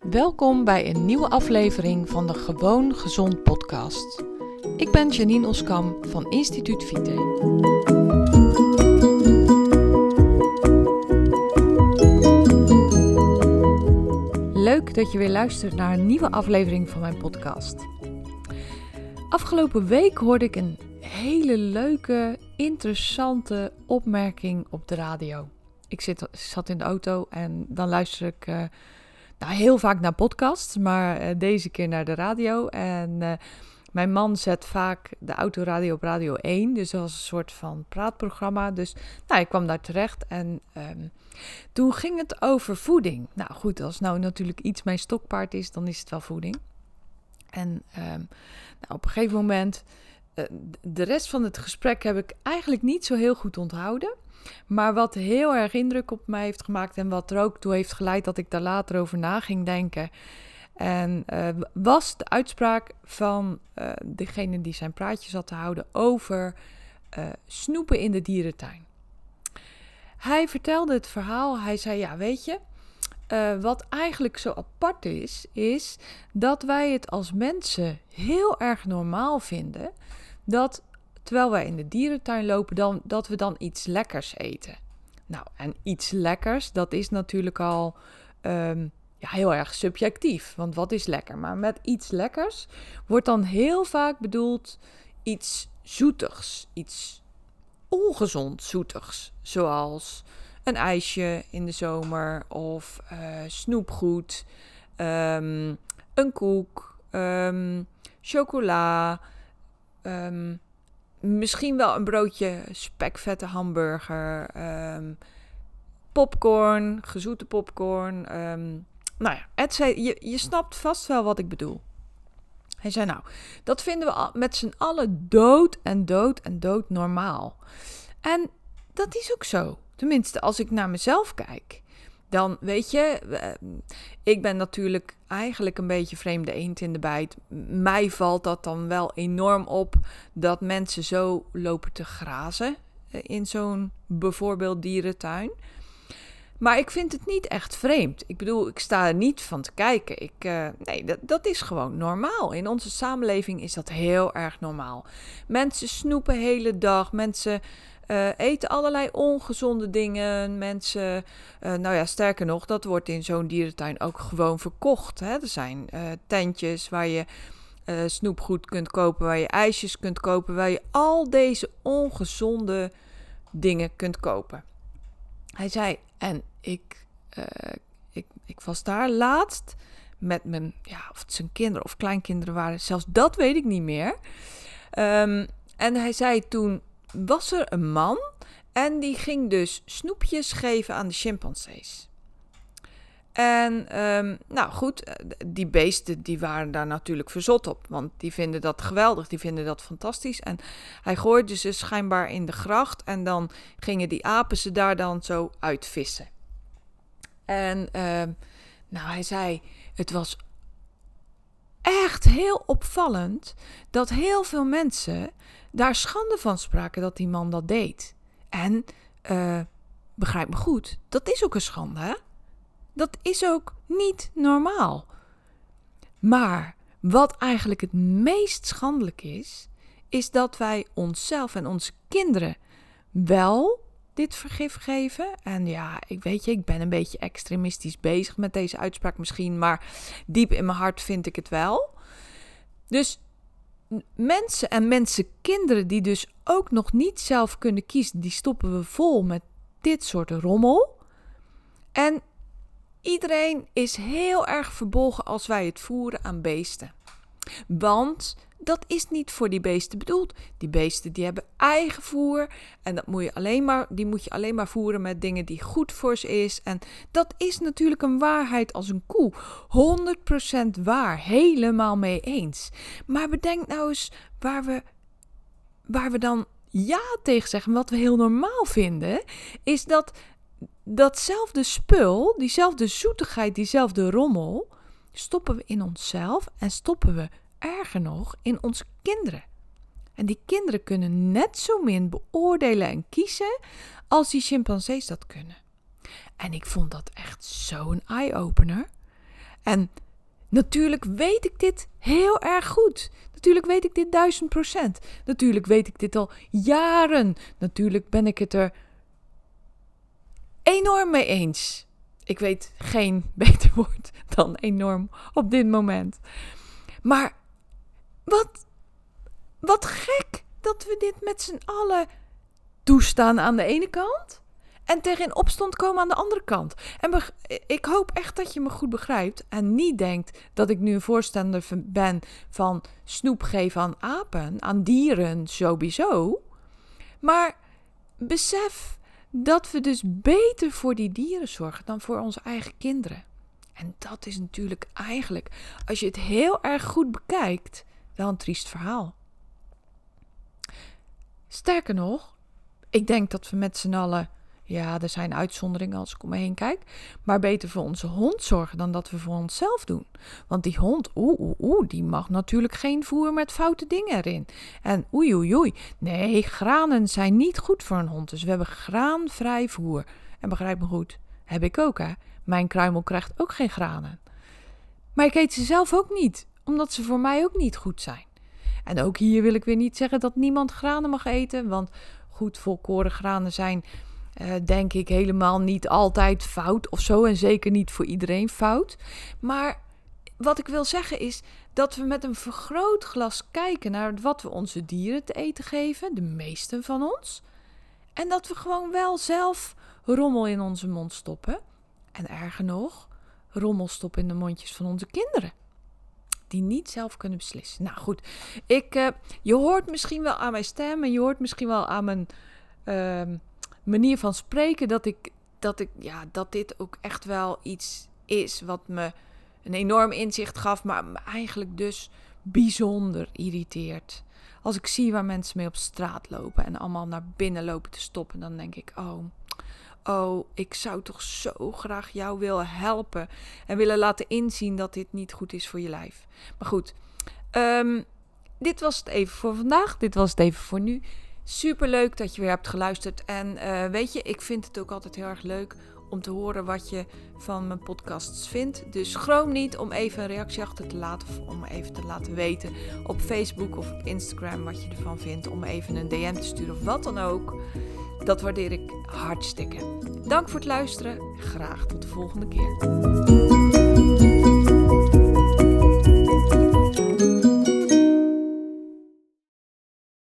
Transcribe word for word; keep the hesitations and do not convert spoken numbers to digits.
Welkom bij een nieuwe aflevering van de Gewoon Gezond podcast. Ik ben Janine Oskam van Instituut Vite. Leuk dat je weer luistert naar een nieuwe aflevering van mijn podcast. Afgelopen week hoorde ik een hele leuke, interessante opmerking op de radio. Ik zit, zat in de auto en dan luister ik uh, nou, heel vaak naar podcasts, maar uh, deze keer naar de radio. En uh, mijn man zet vaak de autoradio op Radio één, dus dat was een soort van praatprogramma. Dus nou, ik kwam daar terecht en um, toen ging het over voeding. Nou goed, als nou natuurlijk iets mijn stokpaard is, dan is het wel voeding. En um, nou, op een gegeven moment, uh, de rest van het gesprek heb ik eigenlijk niet zo heel goed onthouden. Maar wat heel erg indruk op mij heeft gemaakt en wat er ook toe heeft geleid dat ik daar later over na ging denken. En uh, was de uitspraak van uh, degene die zijn praatje zat te houden over uh, snoepen in de dierentuin. Hij vertelde het verhaal, hij zei ja weet je, uh, wat eigenlijk zo apart is, is dat wij het als mensen heel erg normaal vinden dat terwijl wij in de dierentuin lopen, dan, dat we dan iets lekkers eten. Nou, en iets lekkers, dat is natuurlijk al um, ja, heel erg subjectief. Want wat is lekker? Maar met iets lekkers wordt dan heel vaak bedoeld iets zoetigs. Iets ongezond zoetigs. Zoals een ijsje in de zomer of uh, snoepgoed, um, een koek, um, chocola, um, misschien wel een broodje spekvette hamburger, um, popcorn, gezoete popcorn. Um, nou ja, het zei, je, je snapt vast wel wat ik bedoel. Hij zei nou, dat vinden we met z'n allen dood en dood en dood normaal. En dat is ook zo. Tenminste, als ik naar mezelf kijk. Dan weet je, ik ben natuurlijk eigenlijk een beetje vreemde eend in de bijt. Mij valt dat dan wel enorm op dat mensen zo lopen te grazen in zo'n bijvoorbeeld dierentuin. Maar ik vind het niet echt vreemd. Ik bedoel, ik sta er niet van te kijken. Ik, uh, nee, dat, dat is gewoon normaal. In onze samenleving is dat heel erg normaal. Mensen snoepen de hele dag, mensen Uh, eten allerlei ongezonde dingen. Mensen, uh, nou ja, sterker nog, dat wordt in zo'n dierentuin ook gewoon verkocht. Hè? Er zijn uh, tentjes waar je uh, snoepgoed kunt kopen, waar je ijsjes kunt kopen, waar je al deze ongezonde dingen kunt kopen. Hij zei, en ik, uh, ik, ik was daar laatst met mijn, ja, of het zijn kinderen of kleinkinderen waren, zelfs dat weet ik niet meer. Um, en hij zei toen, was er een man en die ging dus snoepjes geven aan de chimpansees. En um, nou goed, die beesten die waren daar natuurlijk verzot op, want die vinden dat geweldig, die vinden dat fantastisch. En hij gooide ze schijnbaar in de gracht en dan gingen die apen ze daar dan zo uitvissen. En um, nou hij zei, het was echt heel opvallend dat heel veel mensen daar schande van spraken dat die man dat deed. En, uh, begrijp me goed, dat is ook een schande, hè? Dat is ook niet normaal. Maar wat eigenlijk het meest schandelijk is, is dat wij onszelf en onze kinderen wel dit vergif geven. En ja, ik weet je, ik ben een beetje extremistisch bezig met deze uitspraak misschien, maar diep in mijn hart vind ik het wel. Dus mensen en mensenkinderen die dus ook nog niet zelf kunnen kiezen, die stoppen we vol met dit soort rommel. En iedereen is heel erg verbolgen als wij het voeren aan beesten. Want dat is niet voor die beesten bedoeld. Die beesten die hebben eigen voer en dat moet je alleen maar, die moet je alleen maar voeren met dingen die goed voor ze is. En dat is natuurlijk een waarheid als een koe. honderd procent waar, helemaal mee eens. Maar bedenk nou eens waar we, waar we dan ja tegen zeggen. Wat we heel normaal vinden, is dat datzelfde spul, diezelfde zoetigheid, diezelfde rommel, stoppen we in onszelf en stoppen we erger nog in onze kinderen. En die kinderen kunnen net zo min beoordelen en kiezen als die chimpansees dat kunnen. En ik vond dat echt zo'n eye-opener. En natuurlijk weet ik dit heel erg goed. Natuurlijk weet ik dit duizend procent. Natuurlijk weet ik dit al jaren. Natuurlijk ben ik het er enorm mee eens. Ik weet geen beter woord dan enorm op dit moment. Maar wat, wat gek dat we dit met z'n allen toestaan aan de ene kant en tegen in opstand komen aan de andere kant. En beg- ik hoop echt dat je me goed begrijpt en niet denkt dat ik nu een voorstander ben van snoep geven aan apen, aan dieren sowieso. Maar besef dat we dus beter voor die dieren zorgen dan voor onze eigen kinderen. En dat is natuurlijk eigenlijk, als je het heel erg goed bekijkt, wel een triest verhaal. Sterker nog, ik denk dat we met z'n allen, ja, er zijn uitzonderingen als ik om me heen kijk, maar beter voor onze hond zorgen dan dat we voor onszelf doen. Want die hond, oeh, oeh, oeh, die mag natuurlijk geen voer met foute dingen erin. En oei, oei, oei, nee, granen zijn niet goed voor een hond. Dus we hebben graanvrij voer. En begrijp me goed, heb ik ook, hè. Mijn kruimel krijgt ook geen granen. Maar ik eet ze zelf ook niet, omdat ze voor mij ook niet goed zijn. En ook hier wil ik weer niet zeggen dat niemand granen mag eten, want goed volkoren granen zijn, uh, denk ik, helemaal niet altijd fout of zo. En zeker niet voor iedereen fout. Maar wat ik wil zeggen is dat we met een vergrootglas kijken naar wat we onze dieren te eten geven, de meesten van ons. En dat we gewoon wel zelf rommel in onze mond stoppen. En erger nog, rommel stoppen in de mondjes van onze kinderen. Die niet zelf kunnen beslissen. Nou goed, ik, uh, je hoort misschien wel aan mijn stem en je hoort misschien wel aan mijn uh, manier van spreken dat ik, dat ik, ja, dat dit ook echt wel iets is wat me een enorm inzicht gaf, maar me eigenlijk dus bijzonder irriteert. Als ik zie waar mensen mee op straat lopen en allemaal naar binnen lopen te stoppen, dan denk ik, oh, oh, ik zou toch zo graag jou willen helpen en willen laten inzien dat dit niet goed is voor je lijf. Maar goed, um, dit was het even voor vandaag. Dit was het even voor nu. Superleuk dat je weer hebt geluisterd. En uh, weet je, ik vind het ook altijd heel erg leuk om te horen wat je van mijn podcasts vindt. Dus schroom niet om even een reactie achter te laten of om even te laten weten op Facebook of op Instagram wat je ervan vindt. Om even een D M te sturen of wat dan ook. Dat waardeer ik hartstikke. Dank voor het luisteren. Graag tot de volgende keer.